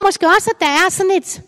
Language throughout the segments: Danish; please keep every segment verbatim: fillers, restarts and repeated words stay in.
måske også, at der er sådan et,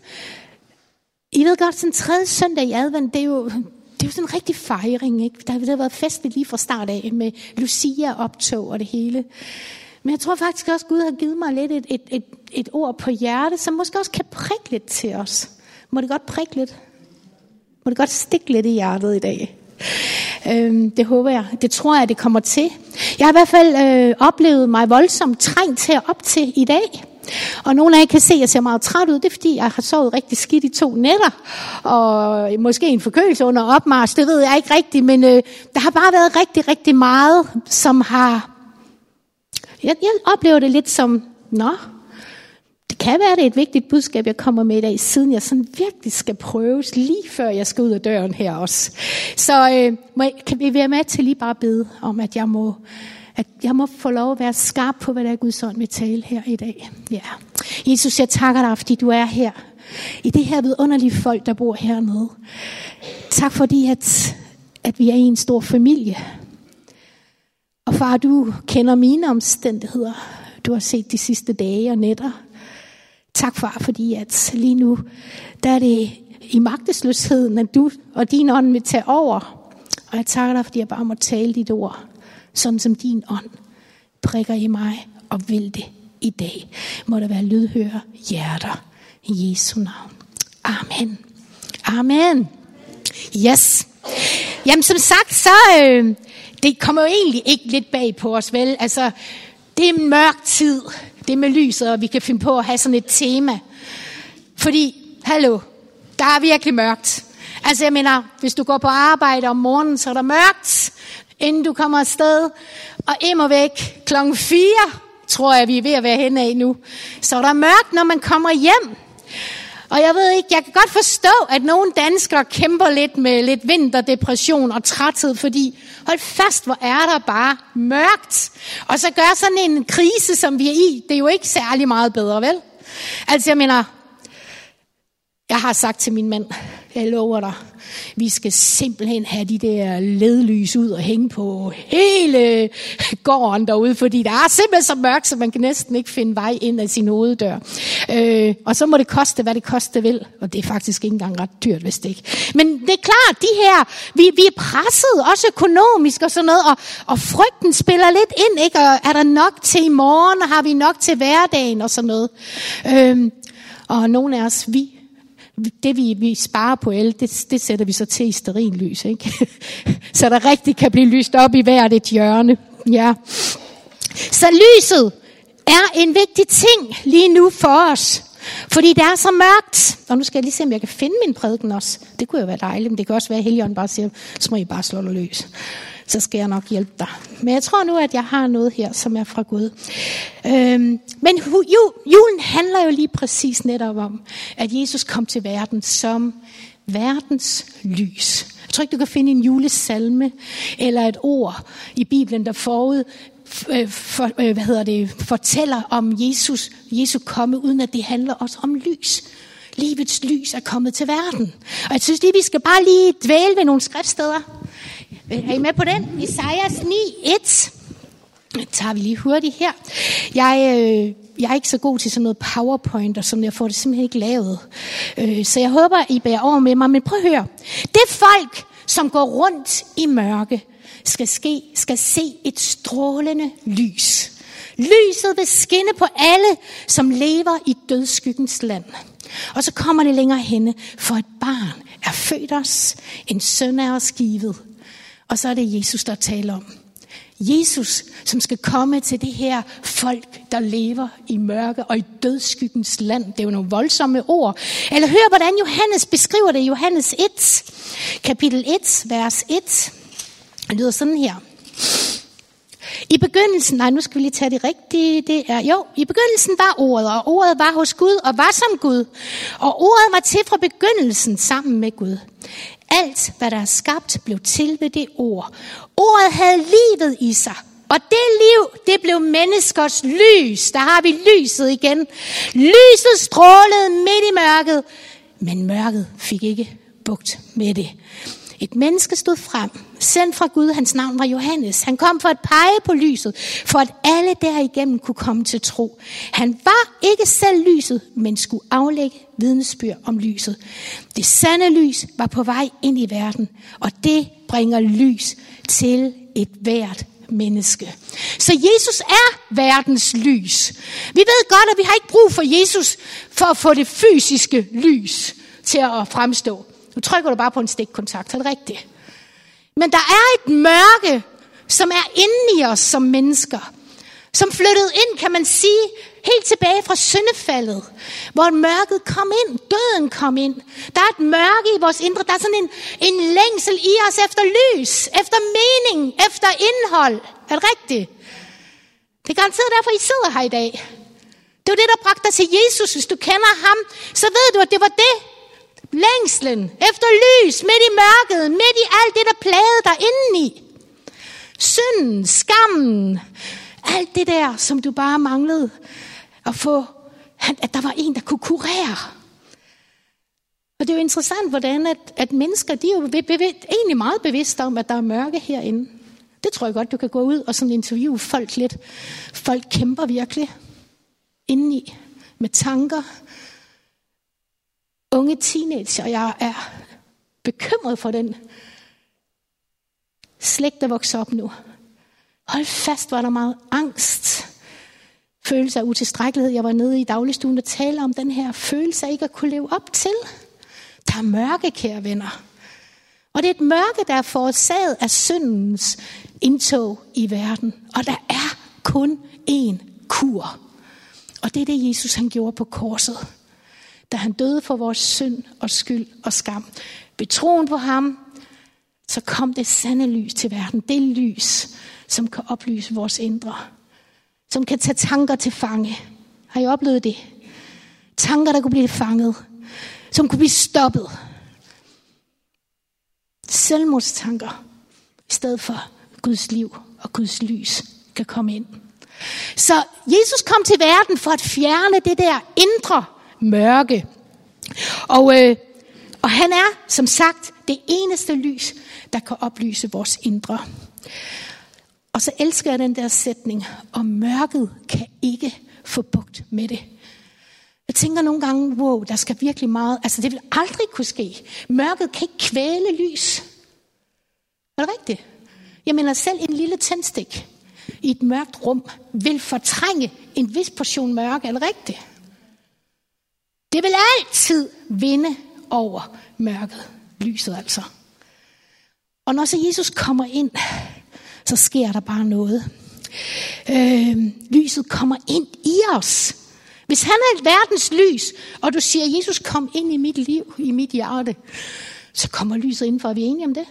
I ved godt, sådan tredje søndag i advent, det er jo, det er jo sådan en rigtig fejring, ikke? Der har været festligt lige fra start af, med Lucia-optog og det hele. Men jeg tror faktisk også, at Gud har givet mig lidt et, et, et, et ord på hjertet, som måske også kan prikke lidt til os. Må det godt prikke lidt? Må det godt stikke lidt i hjertet i dag? Øhm, det håber jeg. Det tror jeg, det kommer til. Jeg har i hvert fald øh, oplevet mig voldsomt trængt til at op til i dag. Og nogle af jer kan se, at jeg ser meget træt ud. Det er fordi, jeg har sovet rigtig skidt i to nætter. Og måske en forkølelse under opmarch. Det ved jeg ikke rigtigt. Men øh, der har bare været rigtig, rigtig meget, som har... Jeg, jeg oplever det lidt som... Nå, det kan være, det er et vigtigt budskab, jeg kommer med i dag, siden jeg sådan virkelig skal prøves, lige før jeg skal ud af døren her også. Så øh, må jeg, kan vi være med til lige bare bede om, at jeg må... at jeg må få lov at være skarp på, hvad der er Guds ånd vil tale her i dag. Ja. Jesus, jeg takker dig, fordi du er her. I det her vidunderlige folk, der bor hernede. Tak fordi, at, at vi er en stor familie. Og far, du kender mine omstændigheder. Du har set de sidste dage og nætter. Tak, far, fordi at lige nu, der er det i magtesløsheden, at du og din ånd vil tage over. Og jeg takker dig, fordi jeg bare må tale dit ord. Sådan som din ånd prikker i mig og vil det i dag. Må der være lydhøre hjerter i Jesu navn. Amen. Amen. Yes. Jamen som sagt, så øh, det kommer jo egentlig ikke lidt bag på os, vel? Altså, det er en mørk tid. Det er med lyset, og vi kan finde på at have sådan et tema. Fordi, hallo, der er virkelig mørkt. Altså jeg mener, hvis du går på arbejde om morgenen, så er der mørkt, inden du kommer afsted. Og immer væk klokken fire, tror jeg, vi er ved at være henne af nu. Så er der mørkt, når man kommer hjem. Og jeg ved ikke, jeg kan godt forstå, at nogle danskere kæmper lidt med lidt vinterdepression og træthed, fordi hold fast, hvor er der bare mørkt. Og så gør sådan en krise, som vi er i, det er jo ikke særlig meget bedre, vel? Altså jeg mener, jeg har sagt til min mand, jeg lover dig, vi skal simpelthen have de der ledlys ud og hænge på hele gården derude, fordi der er simpelthen så mørkt, så man kan næsten ikke finde vej ind af sin hoveddør. Øh, og så må det koste, hvad det koste vil, og det er faktisk ikke engang ret dyrt, hvis det ikke. Men det er klart, de her, vi, vi er presset, også økonomisk og sådan noget, og, og frygten spiller lidt ind, ikke? Og er der nok til i morgen, og har vi nok til hverdagen og sådan noget. Øh, og nogle af os, vi Det vi, vi sparer på el, det, det sætter vi så til i stearinlys, ikke? Så der rigtig kan blive lyst op i hvert et hjørne. Ja. Så lyset er en vigtig ting lige nu for os. Fordi det er så mørkt. Og nu skal jeg lige se, om jeg kan finde min prædiken også. Det kunne jo være dejligt, men det kan også være, at Helligånden bare siger, så må I bare slå dig løs. Så skal jeg nok hjælpe dig. Men jeg tror nu, at jeg har noget her, som er fra Gud. Øhm, men ju, julen handler jo lige præcis netop om, at Jesus kom til verden som verdens lys. Jeg tror ikke, du kan finde en julesalme eller et ord i Bibelen, der forud for, hvad hedder det, fortæller om Jesus, Jesu komme, uden at det handler også om lys. Livets lys er kommet til verden. Og jeg synes lige, vi skal bare lige dvæle ved nogle skriftsteder. Er I med på den? Esajas ni et. Det tager vi lige hurtigt her. Jeg, øh, jeg er ikke så god til sådan noget PowerPoint, og sådan, jeg får det simpelthen ikke lavet. Øh, så jeg håber, I bærer over med mig. Men prøv at høre. Det folk, som går rundt i mørke, skal, ske, skal se et strålende lys. Lyset vil skinne på alle, som lever i dødsskyggens land. Og så kommer det længere henne, for et barn er født os, en søn er os givet. Og så er det Jesus, der taler om. Jesus, som skal komme til det her folk, der lever i mørke og i dødsskyggens land. Det er jo nogle voldsomme ord. Eller hør, hvordan Johannes beskriver det i Johannes et, kapitel et, vers et. Det lyder sådan her. I begyndelsen, nej, nu skal vi lige tage det rigtige, det er, jo, i begyndelsen var ordet, og ordet var hos Gud, og var som Gud. Og ordet var til fra begyndelsen sammen med Gud. Alt, hvad der er skabt, blev til ved det ord. Ordet havde livet i sig, og det liv, det blev menneskers lys. Der har vi lyset igen. Lyset strålede midt i mørket, men mørket fik ikke bugt med det. Et menneske stod frem, sendt fra Gud, hans navn var Johannes. Han kom for at pege på lyset, for at alle derigennem kunne komme til tro. Han var ikke selv lyset, men skulle aflægge vidnesbyrd om lyset. Det sande lys var på vej ind i verden, og det bringer lys til et hvert menneske. Så Jesus er verdens lys. Vi ved godt, at vi har ikke brug for Jesus for at få det fysiske lys til at fremstå. Nu trykker du bare på en stikkontakt, er det rigtigt? Men der er et mørke, som er inde i os som mennesker, som flyttede ind, kan man sige, helt tilbage fra syndefaldet, hvor mørket kom ind, døden kom ind. Der er et mørke i vores indre, der er sådan en, en længsel i os efter lys, efter mening, efter indhold. Er det rigtigt? Det er garanteret derfor, I sidder her i dag. Det var det, der bragte dig til Jesus. Hvis du kender ham, så ved du, at det var det. Længslen efter lys, midt i mørket, midt i alt det, der plagede dig indeni. Synden, skammen, alt det der, som du bare manglede at få, at der var en, der kunne kurere. Og det er jo interessant, hvordan at, at mennesker, de er jo bevidst, egentlig meget bevidste om, at der er mørke herinde. Det tror jeg godt, du kan gå ud og sådan interviewe folk lidt. Folk kæmper virkelig indeni med tanker. Unge teenager, jeg er bekymret for den slægt, der vokser op nu. Hold fast, var der meget angst. Følelse af utilstrækkelighed. Jeg var nede i dagligstuen og talte om den her følelse af ikke at kunne leve op til. Der er mørke, kære venner. Og det er et mørke, der er forårsaget af syndens indtog i verden. Og der er kun én kur. Og det er det, Jesus han gjorde på korset. Da han døde for vores synd og skyld og skam. Ved troen på ham, så kom det sande lys til verden. Det lys, som kan oplyse vores indre. Som kan tage tanker til fange. Har I oplevet det? Tanker, der kunne blive fanget. Som kunne blive stoppet. Selvmordstanker. I stedet for Guds liv og Guds lys kan komme ind. Så Jesus kom til verden for at fjerne det der indre mørke. Og, øh, og han er, som sagt, det eneste lys, der kan oplyse vores indre. Og så elsker jeg den der sætning, og mørket kan ikke få bugt med det. Jeg tænker nogle gange, wow, der skal virkelig meget, altså det vil aldrig kunne ske. Mørket kan ikke kvæle lys. Er det rigtigt? Jeg mener, selv en lille tændstik i et mørkt rum vil fortrænge en vis portion mørke. Er det rigtigt? Det vil altid vinde over mørket, lyset altså. Og når så Jesus kommer ind, så sker der bare noget. Øh, lyset kommer ind i os. Hvis han er verdens lys, og du siger, Jesus kom ind i mit liv, i mit hjerte, så kommer lyset indenfor. Er vi enige om det?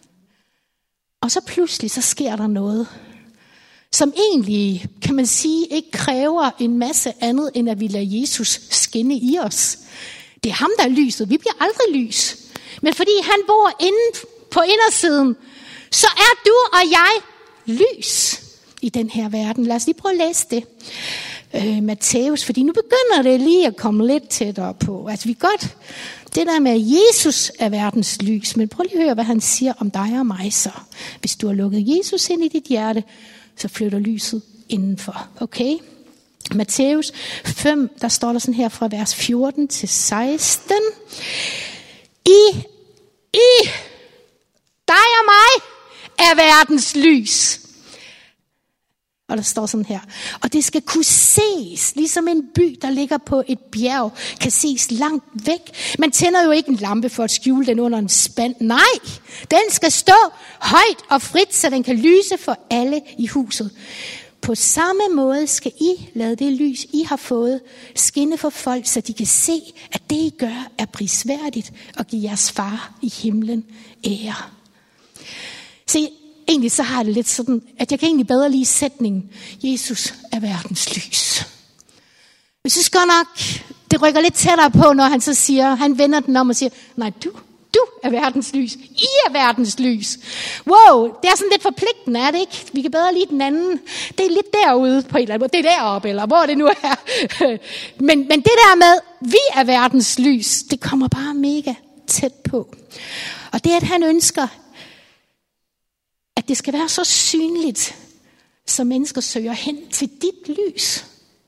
Og så pludselig, så sker der noget, som egentlig, kan man sige, ikke kræver en masse andet, end at vi lader Jesus skinne i os. Det er ham, der er lyset. Vi bliver aldrig lys. Men fordi han bor inde på indersiden, så er du og jeg lys i den her verden. Lad os lige prøve at læse det. Øh, Matthæus, fordi nu begynder det lige at komme lidt tættere på. Altså vi godt, det der med, at Jesus er verdens lys, men prøv lige at høre, hvad han siger om dig og mig så. Hvis du har lukket Jesus ind i dit hjerte, så flytter lyset indenfor. Okay? Matthæus fem, der står der sådan her fra vers fjorten til seksten. I, I, dig og mig er verdens lys. Og der står sådan her. Og det skal kunne ses, ligesom en by, der ligger på et bjerg, kan ses langt væk. Man tænder jo ikke en lampe for at skjule den under en spand. Nej, den skal stå højt og frit, så den kan lyse for alle i huset. På samme måde skal I lade det lys, I har fået, skinne for folk, så de kan se, at det, I gør, er prisværdigt og give jeres far i himlen ære. Se, egentlig så har det lidt sådan, at jeg kan egentlig bedre lide sætningen, Jesus er verdens lys. Jeg synes godt nok, det rykker lidt tættere på, når han så siger, han vender den om og siger, nej, du, du er verdens lys. I er verdens lys. Wow, det er sådan lidt forpligtende, er det ikke? Vi kan bedre lide den anden. Det er lidt derude på en eller anden måde. Det er deroppe, eller hvor det nu er. men, men det der med, vi er verdens lys, det kommer bare mega tæt på. Og det er, at han ønsker, at det skal være så synligt, så mennesker søger hen til dit lys.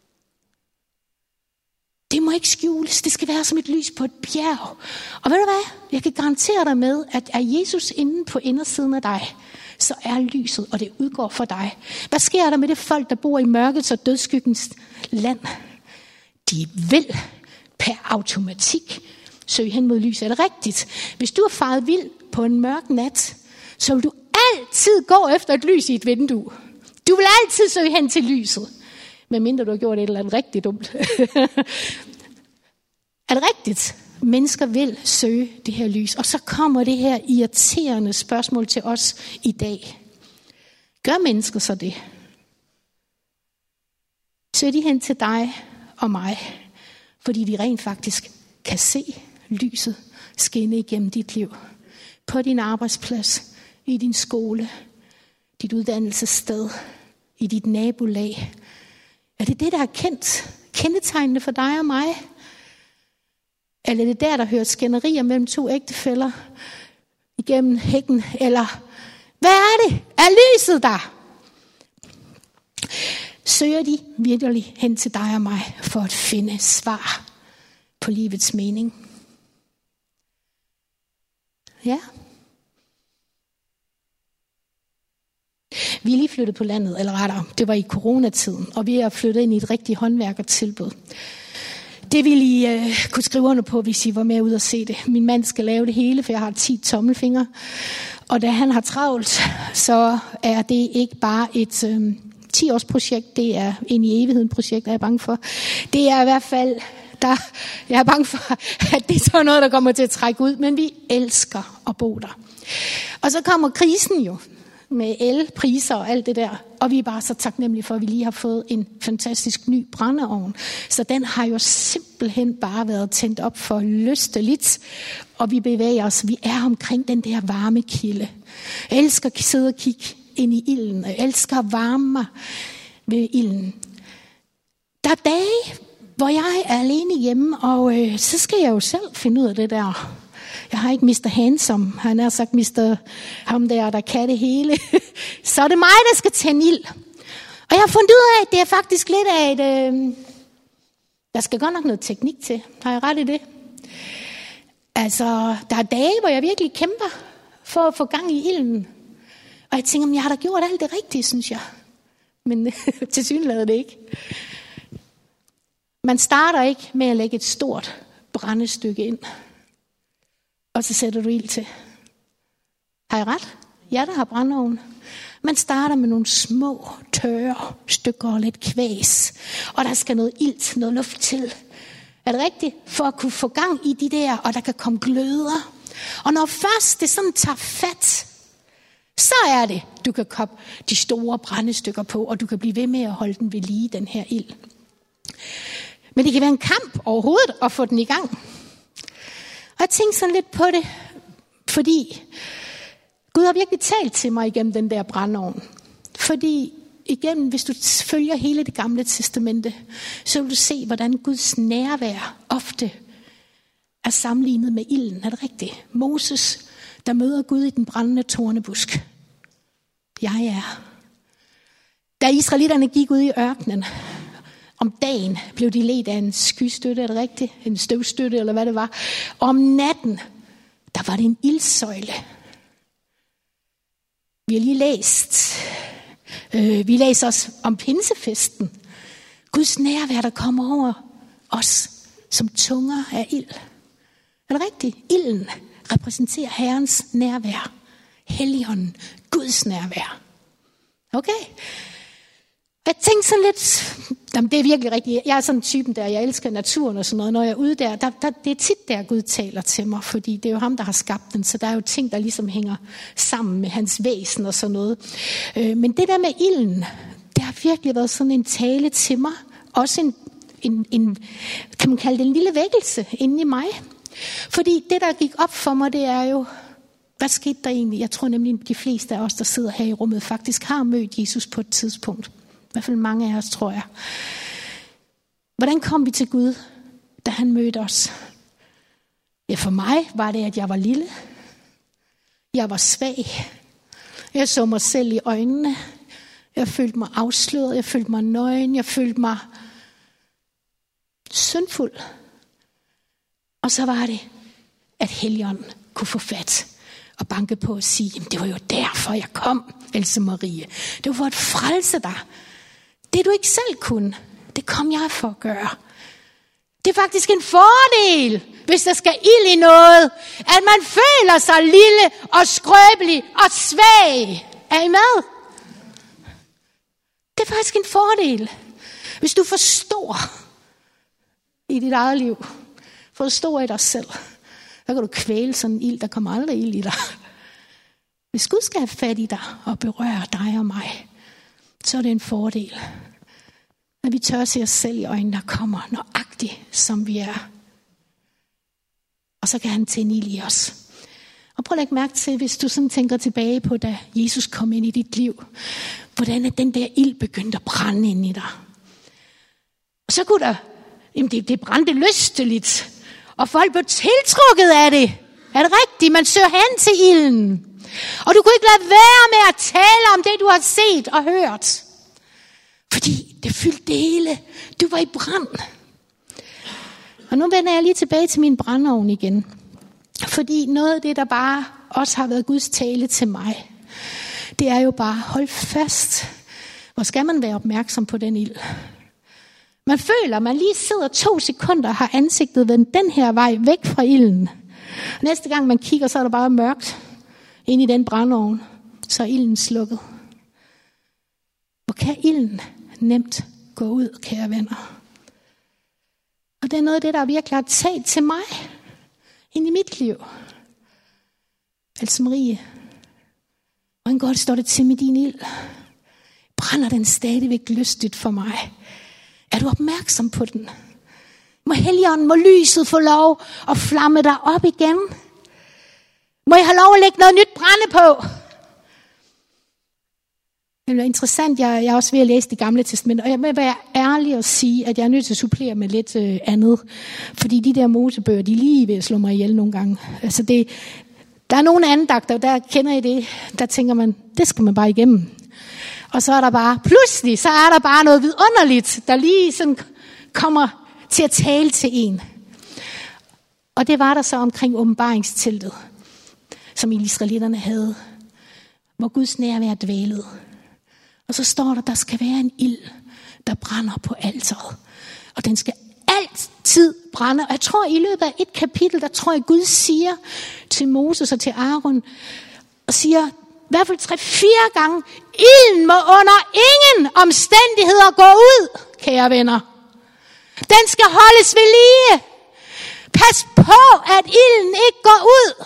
Det må ikke skjules. Det skal være som et lys på et bjerg. Og ved du hvad? Jeg kan garantere dig med, at er Jesus inde på indersiden af dig, så er lyset, og det udgår for dig. Hvad sker der med det folk, der bor i mørkets og dødsskyggens land? De vil per automatik søge hen mod lyset. Er det rigtigt? Hvis du er faret vild på en mørk nat, så vil du altid gå efter et lys i et vindue. Du vil altid søge hen til lyset. Medmindre du har gjort et eller andet rigtig dumt. Er det rigtigt? Mennesker vil søge det her lys. Og så kommer det her irriterende spørgsmål til os i dag. Gør mennesker så det? Søger de hen til dig og mig, fordi de rent faktisk kan se lyset skinne igennem dit liv. På din arbejdsplads, i din skole, dit uddannelsessted, i dit nabolag. Er det det, der er kendt, kendetegnende for dig og mig? Eller er det der, der hører skænderier mellem to ægtefæller igennem hækken? Eller hvad er det? Er lyset der? Søger de virkelig hen til dig og mig for at finde svar på livets mening? Ja. Vi er lige flyttet på landet, eller rettere, det var i coronatiden, og vi er flyttet ind i et rigtigt håndværkertilbud. Det ville I øh, kunne skrive under på, hvis I var med ud og se det. Min mand skal lave det hele, for jeg har ti tommelfingre. Og da han har travlt, så er det ikke bare et øh, ti-års projekt, det er ind i evigheden projekt, er jeg bange for. Det er i hvert fald, der, jeg er bange for, at det er sådan noget, der kommer til at trække ud. Men vi elsker at bo der. Og så kommer krisen jo, med elpriser og alt det der. Og vi er bare så taknemmelige for, at vi lige har fået en fantastisk ny brændeovn. Så den har jo simpelthen bare været tændt op for lysteligt. Og vi bevæger os. Vi er omkring den der varmekilde. Jeg elsker at sidde og kigge ind i ilden. Jeg elsker at varme mig ved ilden. Der er dage, hvor jeg er alene hjemme, og øh, så skal jeg jo selv finde ud af det der. Jeg har ikke mister Handsome. Han har sagt mister ham der, der kan det hele. Så er det mig, der skal tænde ild. Og jeg har fundet ud af, at det er faktisk lidt af et... Øh... Der skal godt nok noget teknik til. Har jeg ret i det? Altså, der er dage, hvor jeg virkelig kæmper for at få gang i ilden. Og jeg tænker, jeg har da gjort alt det rigtige, synes jeg. Men tilsyneladende det ikke. Man starter ikke med at lægge et stort brændestykke ind. Og så sætter du ild til. Har jeg ret? Ja, der har brændeovn. Man starter med nogle små, tørre stykker og lidt kvæs. Og der skal noget ilt, noget luft til. Er det rigtigt? For at kunne få gang i de der, og der kan komme gløder. Og når først det sådan tager fat, så er det, du kan komme de store brændestykker på, og du kan blive ved med at holde den ved lige, den her ild. Men det kan være en kamp overhovedet at få den i gang. Og jeg tænkte sådan lidt på det, fordi Gud har virkelig talt til mig igennem den der brændeovn. Fordi igennem, hvis du følger hele det gamle testamente, så vil du se, hvordan Guds nærvær ofte er sammenlignet med ilden. Er det rigtigt? Moses, der møder Gud i den brændende tornebusk. Jeg er. Da israelitterne gik ud i ørkenen, om dagen blev de ledt af en skystøtte, er det rigtigt? En støvstøtte, eller hvad det var. Og om natten, der var det en ildsøjle. Vi har lige læst, øh, vi læser os om pinsefesten. Guds nærvær, der kommer over os som tunger af ild. Er det rigtigt? Ilden repræsenterer Herrens nærvær. Helligånden, Guds nærvær. Okay? Jeg tænkte sådan lidt, jamen det er virkelig rigtigt. Jeg er sådan en typen der, jeg elsker naturen og sådan noget. Når jeg er ude der, der, der, det er tit der Gud taler til mig, fordi det er jo ham, der har skabt den. Så der er jo ting, der ligesom hænger sammen med hans væsen og sådan noget. Øh, men det der med ilden, det har virkelig været sådan en tale til mig. Også en, en, en kan man kalde det en lille vækkelse inde i mig. Fordi det, der gik op for mig, det er jo, hvad skete der egentlig? Jeg tror nemlig, at de fleste af os, der sidder her i rummet, faktisk har mødt Jesus på et tidspunkt. I hvert fald mange af os, tror jeg. Hvordan kom vi til Gud, da han mødte os? Ja, for mig var det, at jeg var lille. Jeg var svag. Jeg så mig selv i øjnene. Jeg følte mig afsløret. Jeg følte mig nøgen. Jeg følte mig syndfuld. Og så var det, at Helligånden kunne få fat og banke på og sige, jamen det var jo derfor, jeg kom, Else Marie. Det var for at frelse dig. Det du ikke selv kunne, det kom jeg for at gøre. Det er faktisk en fordel, hvis der skal ild i noget, at man føler sig lille og skrøbelig og svag. Er I med? Det er faktisk en fordel, hvis du forstår i dit eget liv, forstår i dig selv. Så kan du kvæle sådan en ild, der kommer aldrig ild i dig. Hvis Gud skal have fat i dig og berøre dig og mig, så er det en fordel. Når vi tør se os selv i øjnene, der kommer nøjagtigt, som vi er. Og så kan han tænde ild i os. Og prøv at lægge mærke til, hvis du sådan tænker tilbage på, da Jesus kom ind i dit liv, hvordan er den der ild begyndt at brænde ind i dig. Og så kunne der, jamen det, det brændte lysteligt, og folk blev tiltrukket af det. Er det rigtigt? Man søger hen til ilden. Og du kunne ikke lade være med at tale om det, du har set og hørt. Fordi det fyldte det hele. Du var i brand. Og nu vender jeg lige tilbage til min brændeovn igen. Fordi noget af det, der bare også har været Guds tale til mig, det er jo bare, hold fast. Hvor skal man være opmærksom på den ild? Man føler, man lige sidder to sekunder og har ansigtet vendt den her vej væk fra ilden. Næste gang man kigger, så er der bare mørkt ind i den brændeovn. Så er ilden slukket. Hvor kan ilden nemt gå ud, kære venner? Og det er noget af det, der virkelig har taget til mig ind i mit liv. Else Marie, hvordan godt står det til med din ild? Brænder den stadigvæk lystigt for mig? Er du opmærksom på den? Må Helligånden, må lyset få lov at flamme dig op igen? Må jeg have lov at lægge noget nyt brænde på? Det er interessant, jeg, jeg er også ved at læse Det Gamle Testament, og jeg vil være ærlig og sige, at jeg er nødt til at supplere med lidt øh, andet. Fordi de der Mosebøger, de er lige ved at slå mig ihjel nogle gange. Altså det, der er nogle andagter, der kender I det, der tænker man, det skal man bare igennem. Og så er der bare, pludselig, så er der bare noget vidunderligt, der lige sådan kommer til at tale til en. Og det var der så omkring åbenbaringsteltet, som israelitterne havde, hvor Guds nærvær dvælede. Og så står der, der skal være en ild, der brænder på alteret. Og den skal altid brænde. Og jeg tror, i løbet af et kapitel, der tror jeg, Gud siger til Moses og til Aaron, og siger, i hvert fald tre-fire gange, ilden må under ingen omstændigheder gå ud, kære venner. Den skal holdes ved lige. Pas på, at ilden ikke går ud.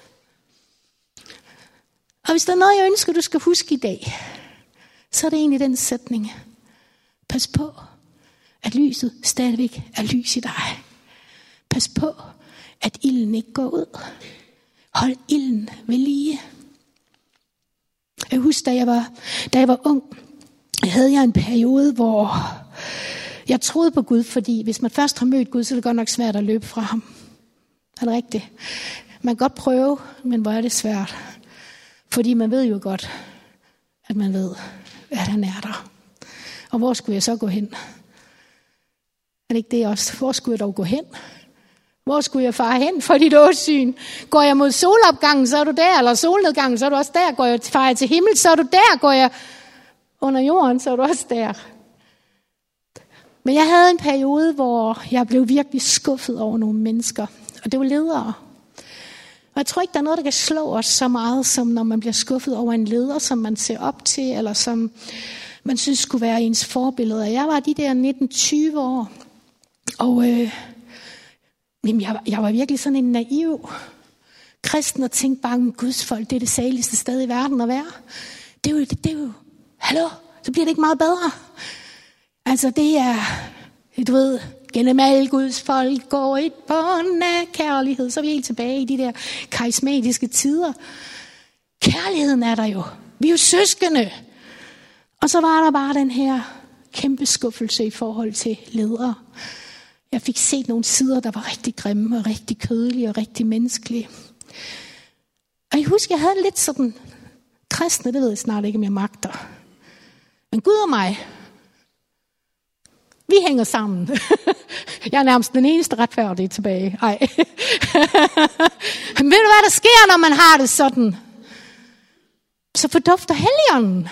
Og hvis der er noget, jeg ønsker, du skal huske i dag, så er det egentlig den sætning. Pas på, at lyset stadigvæk er lys i dig. Pas på, at ilden ikke går ud. Hold ilden ved lige. Jeg husker, da jeg var, da jeg var ung, havde jeg en periode, hvor jeg troede på Gud, fordi hvis man først har mødt Gud, så er det godt nok svært at løbe fra ham. Er det rigtigt? Man kan godt prøve, men hvor er det svært. Fordi man ved jo godt, at man ved, at han er der. Og hvor skulle jeg så gå hen? Er det ikke det også? Hvor skulle jeg dog gå hen? Hvor skulle jeg fare hen for dit åsyn? Går jeg mod solopgangen, så er du der, eller solnedgangen, så er du også der. Går jeg farer jeg til himmel, så er du der. Går jeg under jorden, så er du også der. Men jeg havde en periode, hvor jeg blev virkelig skuffet over nogle mennesker. Og det var ledere. Og jeg tror ikke, der er noget, der kan slå os så meget, som når man bliver skuffet over en leder, som man ser op til, eller som man synes skulle være ens forbilleder. Jeg var de der nitten tyve år, og øh, jamen, jeg, jeg var virkelig sådan en naiv kristen, og tænkte bare, at Guds folk, det er det saligste sted i verden at være. Det er jo, det, det er jo, hallo, så bliver det ikke meget bedre. Altså det er, du ved, gennem alle Guds folk går et bånd af kærlighed. Så er vi helt tilbage i de der karismatiske tider. Kærligheden er der jo. Vi er jo søskende. Og så var der bare den her kæmpe skuffelse i forhold til ledere. Jeg fik set nogle sider, der var rigtig grimme og rigtig kødelige og rigtig menneskelige. Og jeg husker, jeg havde lidt sådan, kristne, det ved jeg snart ikke, om jeg magter. Men Gud og mig, vi hænger sammen. Jeg er nærmest den eneste retfærdige tilbage. Ej. Men ved du, hvad der sker, når man har det sådan? Så fordufter Helligånden.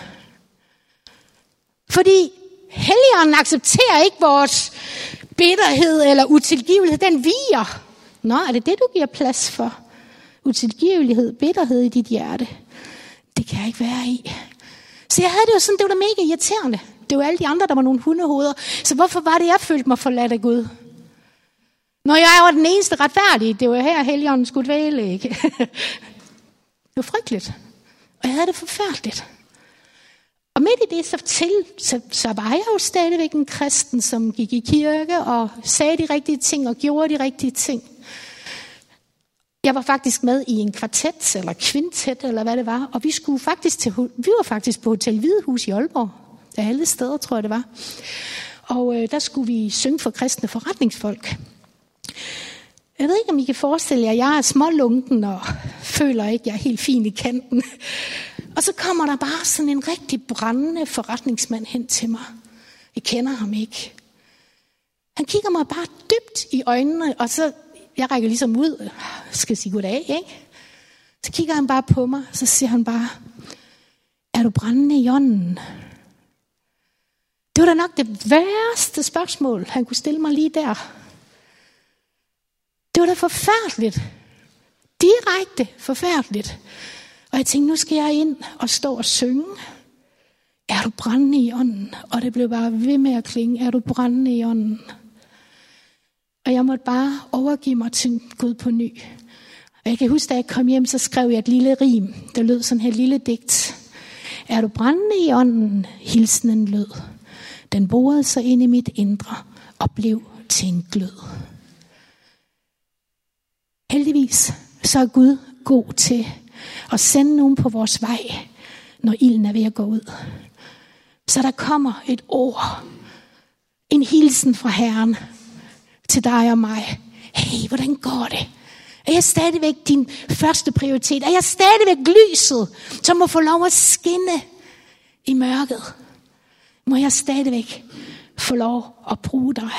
Fordi Helligånden accepterer ikke vores bitterhed eller utilgivelighed. Den viger. Nå, er det det, du giver plads for? Utilgivelighed, bitterhed i dit hjerte. Det kan jeg ikke være i. Så jeg havde det jo sådan, det var da mega irriterende. Det var alle de andre, der var nogle hundehoveder. Så hvorfor var det, jeg følte mig forladt af Gud? Når jeg var den eneste retfærdige, det var her, Helligånden skulle dvæle, ikke? Det var frygteligt. Og jeg havde det forfærdeligt. Og midt i det, så, til, så, så var jeg jo stadigvæk en kristen, som gik i kirke og sagde de rigtige ting og gjorde de rigtige ting. Jeg var faktisk med i en kvartet eller kvintet, eller hvad det var. Og vi, skulle faktisk til, vi var faktisk på Hotel Hvidehus i Aalborg. Af alle steder, tror jeg det var. Og øh, der skulle vi synge for kristne forretningsfolk. Jeg ved ikke, om I kan forestille jer, at jeg er smålunken og føler ikke, at jeg er helt fin i kanten. Og så kommer der bare sådan en rigtig brændende forretningsmand hen til mig. Jeg kender ham ikke. Han kigger mig bare dybt i øjnene, og så, jeg rækker ligesom ud, skal sige goddag, ikke? Så kigger han bare på mig, og så siger han bare, er du brændende i ånden? Det var da nok det værste spørgsmål, han kunne stille mig lige der. Det var da forfærdeligt. Direkte forfærdeligt. Og jeg tænkte, nu skal jeg ind og stå og synge. Er du brændende i ånden? Og det blev bare ved med at klinge. Er du brændende i ånden? Og jeg måtte bare overgive mig til Gud på ny. Og jeg kan huske, da jeg kom hjem, så skrev jeg et lille rim. Der lød sådan her lille digt. Er du brændende i ånden? Hilsenen lød. Den borede sig ind i mit indre og blev til en glød. Heldigvis så er Gud god til at sende nogen på vores vej, når ilden er ved at gå ud. Så der kommer et ord, en hilsen fra Herren til dig og mig. Hey, hvordan går det? Er jeg stadigvæk din første prioritet? Er jeg stadigvæk lyset, som må få lov at skinne i mørket? Må jeg stadigvæk få lov at bruge dig?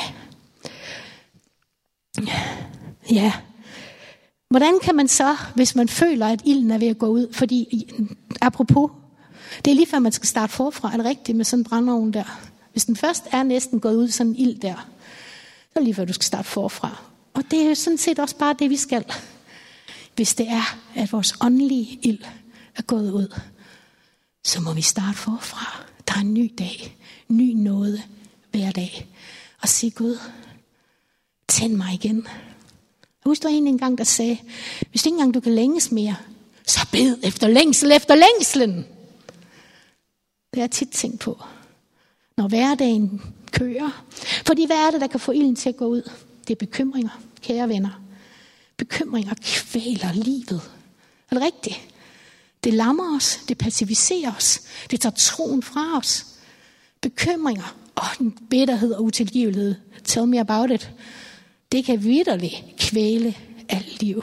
Ja. Hvordan kan man så, hvis man føler, at ilden er ved at gå ud? Fordi, apropos, det er lige før man skal starte forfra. Er det rigtigt med sådan en brændeovn der? Hvis den først er næsten gået ud, sådan en ild der, så er det lige før du skal starte forfra. Og det er jo sådan set også bare det, vi skal. Hvis det er, at vores åndelige ild er gået ud, så må vi starte forfra. Der er en ny dag, ny nåde hver dag. Og sige, Gud, tænd mig igen. Jeg husker, der var en engang, der sagde, hvis det ikke engang du kan længes mere, så bed efter længsel, efter længslen. Det har jeg tit tænkt på, når hverdagen kører. Fordi hvad er det, der kan få ilden til at gå ud? Det er bekymringer, kære venner. Bekymringer kvæler livet. Er det rigtigt? Det lammer os, det passiviserer os, det tager troen fra os. Bekymringer og en bitterhed og utilgivelighed. Tell me about it. Det kan vitterligt kvæle alt liv.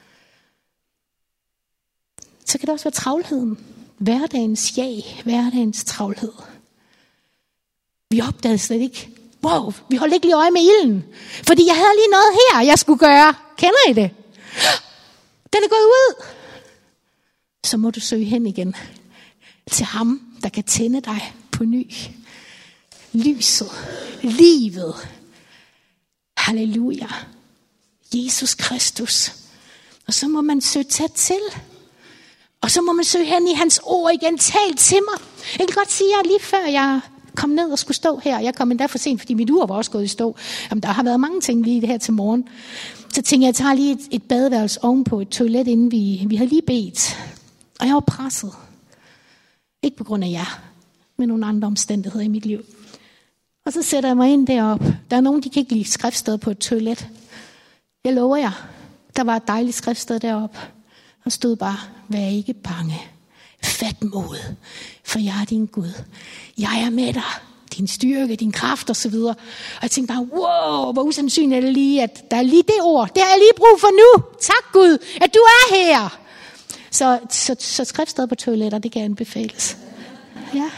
Så kan det også være travlheden. Hverdagens jag, hverdagens travlhed. Vi opdagede slet ikke. Wow, vi holdt ikke lige øje med ilden. Fordi jeg havde lige noget her, jeg skulle gøre. Kender I det? Den er gået ud. Så må du søge hen igen. Til ham, der kan tænde dig på ny. Lyset. Livet. Halleluja. Jesus Kristus. Og så må man søge tæt til. Og så må man søge hen i hans ord igen. Tal til mig. Jeg kan godt sige, at lige før jeg kom ned og skulle stå her. Jeg kom endda for sent, fordi mit ur var også gået i stå. Jamen, der har været mange ting lige her til morgen. Så tænkte jeg, jeg tager lige et, et badeværelse ovenpå et toilet, inden vi, vi havde lige bedt. Og jeg var presset. Ikke på grund af jer, men nogle andre omstændigheder i mit liv. Og så sætter jeg mig ind deroppe. Der er nogen, de kan ikke lide skriftsted på et toilet. Jeg lover jer, der var et dejligt skriftsted deroppe. Og stod bare, vær ikke bange. Fat mod, for jeg er din Gud. Jeg er med dig, din styrke, din kraft osv. Og jeg tænkte bare, wow, hvor usandsynligt er det lige, at der er lige det ord. Det har jeg lige brug for nu. Tak Gud, at du er her. Så, så, så skriftsted på toiletter, det kan anbefales. Ja.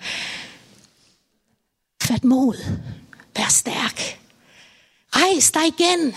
Fat mod. Vær stærk. Rejs dig igen.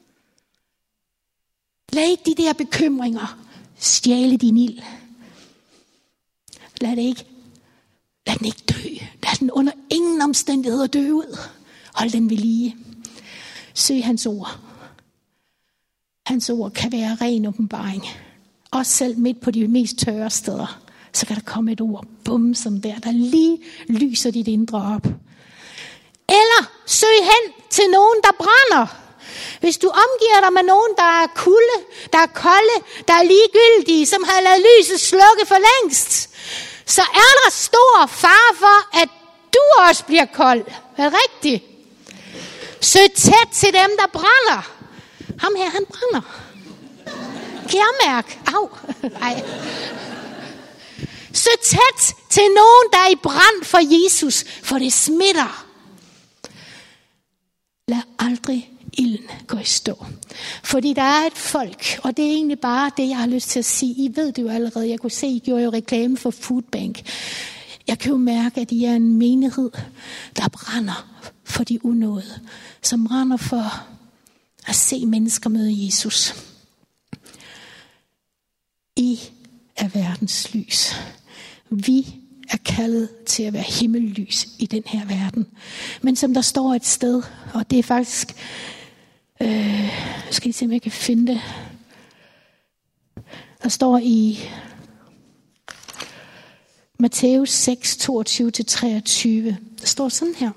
Lad ikke de der bekymringer stjæle din ild. Lad det ikke. Lad den ikke dø. Lad den under ingen omstændigheder dø ud. Hold den ved lige. Søg hans ord. Hans ord kan være ren åbenbaring. Også selv midt på de mest tørre steder, så kan der komme et ord, bum, som der, der lige lyser dit indre op. Eller søg hen til nogen, der brænder. Hvis du omgiver dig med nogen, der er kulde, der er kolde, der er ligegyldige, som har ladet lyset slukke for længst, så er der stor fare for, at du også bliver kold. Er det rigtigt? Søg tæt til dem, der brænder. Ham her, han brænder. Kan jeg mærke? Au. Ej. Søg tæt til nogen, der er i brand for Jesus, for det smitter. Lad aldrig ilden gå i stå. Fordi der er et folk, og det er egentlig bare det, jeg har lyst til at sige. I ved det jo allerede. Jeg kunne se, I gjorde jo reklame for Foodbank. Jeg kan jo mærke, at I er en menighed, der brænder for de unåede. Som brænder for at se mennesker møde Jesus. I er verdens lys. Vi er kaldet til at være himmellys i den her verden. Men som der står et sted, og det er faktisk, øh, skal I se, om jeg kan finde det. Der står i Matthæus seks, toogtyve til treogtyve. Der står sådan her.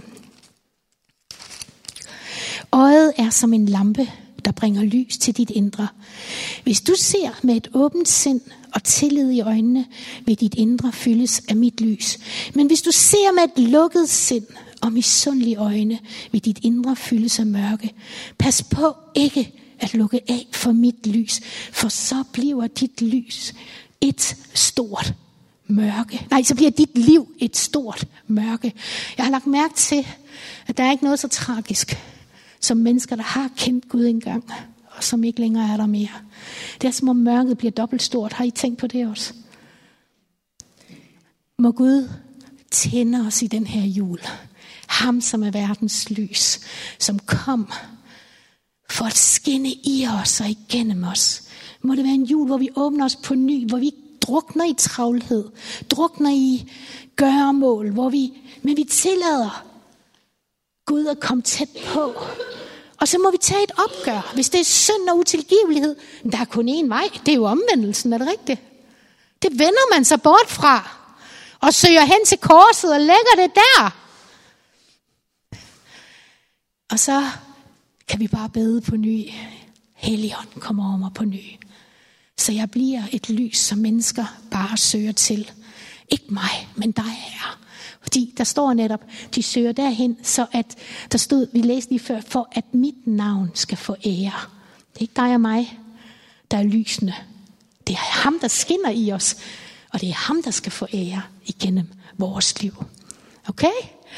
Øjet er som en lampe, der bringer lys til dit indre. Hvis du ser med et åbent sind og tillid i øjnene, vil dit indre fyldes af mit lys. Men hvis du ser med et lukket sind og misundelige øjne, vil dit indre fyldes af mørke. Pas på ikke at lukke af for mit lys, for så bliver dit lys et stort mørke. Nej, så bliver dit liv et stort mørke. Jeg har lagt mærke til, at der er ikke noget så tragisk som mennesker, der har kendt Gud engang, og som ikke længere er der mere. Det er som om mørket bliver dobbelt stort. Har I tænkt på det også? Må Gud tænde os i den her jul. Ham, som er verdens lys, som kom for at skinne i os og igennem os. Må det være en jul, hvor vi åbner os på ny, hvor vi drukner i travlhed, drukner i gøremål, hvor vi, men vi tillader Gud at komme tæt på. Og så må vi tage et opgør. Hvis det er synd og utilgivelighed, der er kun én vej. Det er jo omvendelsen, er det rigtigt? Det vender man sig bort fra. Og søger hen til korset og lægger det der. Og så kan vi bare bede på ny. Helligånd kommer over mig på ny. Så jeg bliver et lys, som mennesker bare søger til. Ikke mig, men dig, Herre. Fordi der står netop, de søger derhen, så at der stod, vi læste lige før, for at mit navn skal få ære. Det er ikke dig og mig, der er lysende. Det er ham, der skinner i os, og det er ham, der skal få ære igennem vores liv. Okay?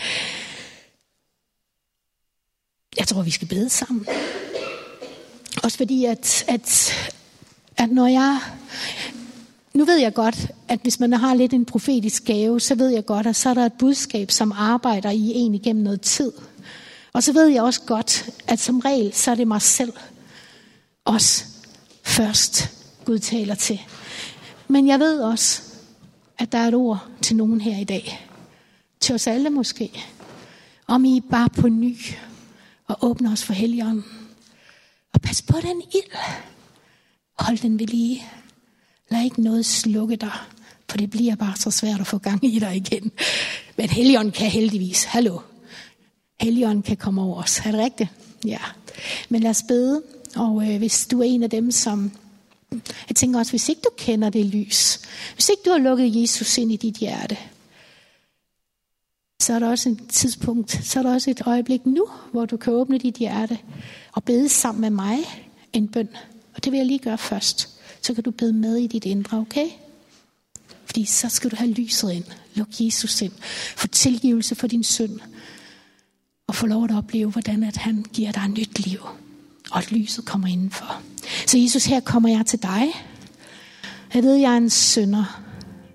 Jeg tror, vi skal bede sammen. Også fordi, at, at, at når jeg... Nu ved jeg godt, at hvis man har lidt en profetisk gave, så ved jeg godt, at så er der et budskab, som arbejder i en igennem noget tid. Og så ved jeg også godt, at som regel, så er det mig selv også først Gud taler til. Men jeg ved også, at der er et ord til nogen her i dag. Til os alle måske. Om I bare på ny og åbner os for Helligånden. Og pas på den ild. Hold den ved lige. Lad ikke noget slukke dig, for det bliver bare så svært at få gang i dig igen. Men Helligånden kan heldigvis. Hallo. Helligånden kan komme over os. Er det rigtigt? Ja. Men lad os bede. Og øh, hvis du er en af dem, som... Jeg tænker også, hvis ikke du kender det lys, hvis ikke du har lukket Jesus ind i dit hjerte, så er der også et tidspunkt, så er der også et øjeblik nu, hvor du kan åbne dit hjerte og bede sammen med mig en bøn. Og det vil jeg lige gøre først. Så kan du bede med i dit indre, okay? Fordi så skal du have lyset ind. Luk Jesus ind. Få tilgivelse for din synd. Og få lov at opleve, hvordan at han giver dig et nyt liv. Og at lyset kommer indenfor. Så Jesus, her kommer jeg til dig. Jeg ved, jeg er en synder.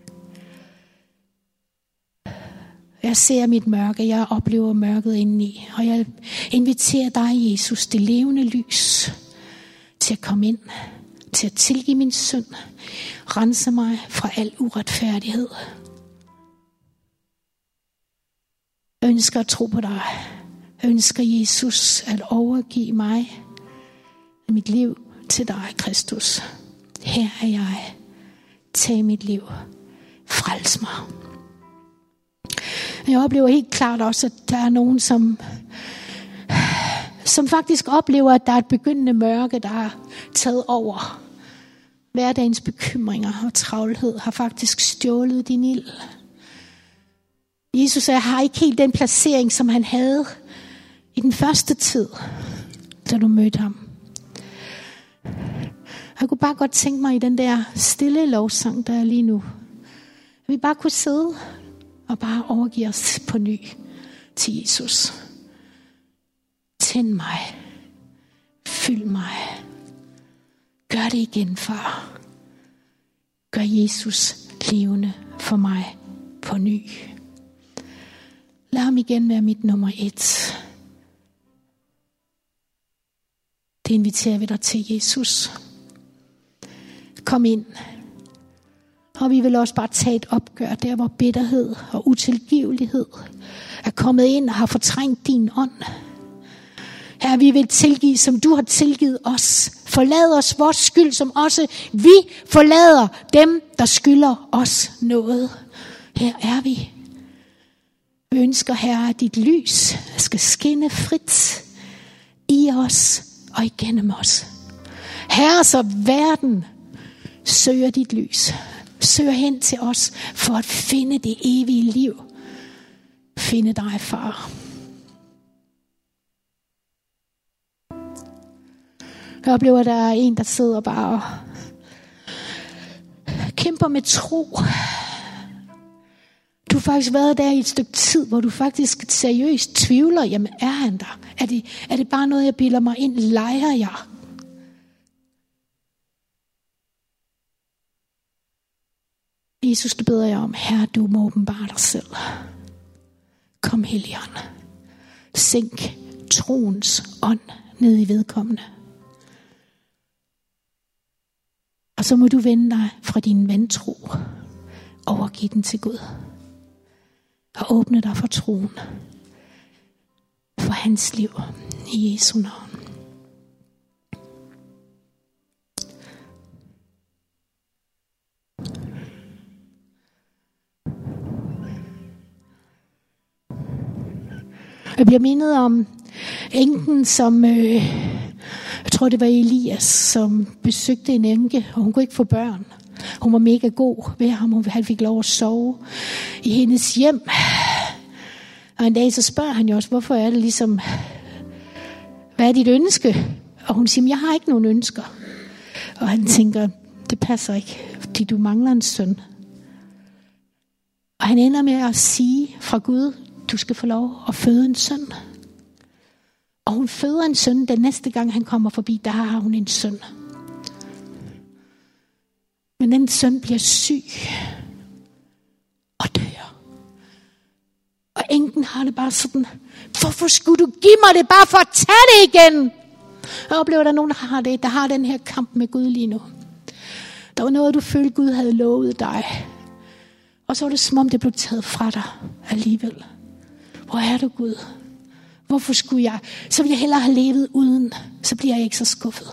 Jeg ser mit mørke. Jeg oplever mørket indeni. Og jeg inviterer dig, Jesus, det levende lys, til at komme ind. Til at tilgive min synd. Rense mig fra al uretfærdighed. Jeg ønsker at tro på dig. Jeg ønsker, Jesus, at overgive mig mit liv til dig, Kristus. Her er jeg. Tag mit liv. Frels mig. Jeg oplever helt klart også, at der er nogen, som, som faktisk oplever, at der er et begyndende mørke, der er taget over. Hverdagens bekymringer og travlhed har faktisk stjålet din ild. Jesus, jeg har ikke helt den placering, som han havde i den første tid, da du mødte ham. Jeg kunne bare godt tænke mig i den der stille lovsang, der er lige nu. At vi bare kunne sidde og bare overgive os på ny til Jesus. Tænd mig. Fyld mig. Gør det igen, far. Gør Jesus levende for mig på ny. Lad ham igen være mit nummer et. Det inviterer vi dig til, Jesus. Kom ind. Og vi vil også bare tage et opgør der, hvor bitterhed og utilgivelighed er kommet ind og har fortrængt din ånd. Herre, vi vil tilgive, som du har tilgivet os. Forlad os vores skyld, som også vi forlader dem, der skylder os noget. Her er vi. Vi ønsker, Herre, at dit lys skal skinne frit i os og igennem os. Herre, så verden søger dit lys. Søger hen til os for at finde det evige liv. Finde dig, far. Jeg oplever, at der er en, der sidder bare og kæmper med tro. Du har faktisk været der i et stykke tid, hvor du faktisk seriøst tvivler. Jamen, er han der? Er det, er det bare noget, jeg bilder mig ind? Leger jeg? Jesus, det beder jeg om. Herre, du må åbenbare dig selv. Kom, Helligånd. Sænk troens ånd ned i vedkommende. Og så må du vende dig fra din vantro. Overgive den til Gud. Og åbne dig for troen. For hans liv. I Jesu navn. Jeg bliver mindet om enken, som, øh, jeg tror det var Elias, som besøgte en enke, og hun kunne ikke få børn. Hun var mega god ved ham, han fik lov at sove i hendes hjem. Og en dag så spørger han jo også, hvorfor er det ligesom, hvad er dit ønske? Og hun siger, jeg har ikke nogen ønsker. Og han tænker, det passer ikke, fordi du mangler en søn. Og han ender med at sige fra Gud, du skal få lov at føde en søn. Og hun føder en søn, den næste gang han kommer forbi, der har hun en søn. Men den søn bliver syg og dør. Og enken har det bare sådan, hvorfor skulle du give mig det bare for at tage det igen? Jeg oplever, at der er nogen, der har det, der har den her kamp med Gud lige nu. Der var noget, du følte, Gud havde lovet dig. Og så var det som om, det blev taget fra dig alligevel. Hvor er du, Gud? Hvorfor skulle jeg? Så ville jeg hellere have levet uden. Så bliver jeg ikke så skuffet.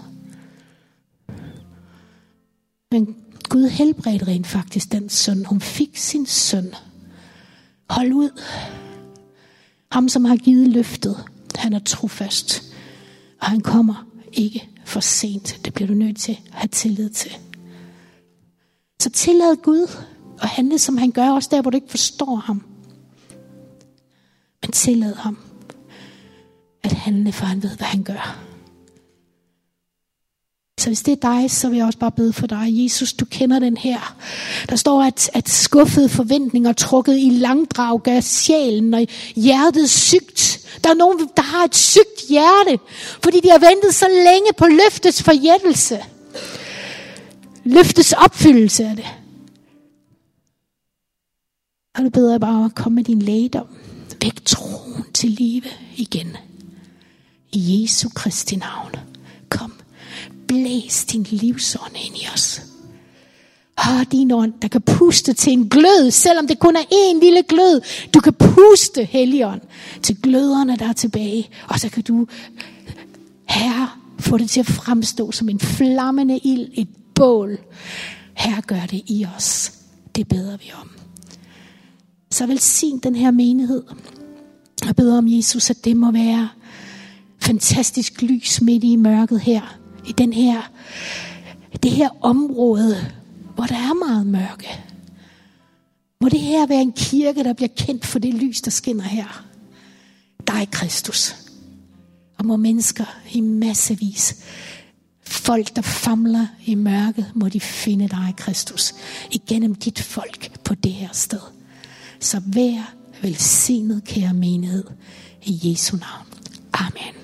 Men Gud helbredte rent faktisk den søn. Hun fik sin søn. Hold ud. Ham, som har givet løftet. Han er trofast. Og han kommer ikke for sent. Det bliver du nødt til at have tillid til. Så tillad Gud at handle, som han gør, også der, hvor du ikke forstår ham. Men tillad ham at handle, for han ved, hvad han gør. Så hvis det er dig, så vil jeg også bare bede for dig. Jesus, du kender den her. Der står, at, at skuffede forventninger trukket i langdrag gør sjælen og hjertet sygt. Der er nogen, der har et sygt hjerte, fordi de har ventet så længe på løftets forjættelse. Løftets opfyldelse af det. Og du beder jeg bare om at komme med din lægedom. Væk troen til live igen. I Jesu Kristi navn. Kom. Blæs din livsånd ind i os. Åh, din ånd, der kan puste til en glød, selvom det kun er en lille glød. Du kan puste, Helligånd, til gløderne, der er tilbage. Og så kan du, Herre, få det til at fremstå som en flammende ild, et bål. Herre, gør det i os. Det beder vi om. Så velsign den her menighed. Jeg beder om, Jesus, at det må være fantastisk lys midt i mørket her. I den her, det her område, hvor der er meget mørke. Må det her være en kirke, der bliver kendt for det lys, der skinner her. Dig, Kristus. Og må mennesker i massevis, folk, der famler i mørket, må de finde dig, Kristus, igennem dit folk på det her sted. Så vær velsignet, kære menighed, i Jesu navn. Amen.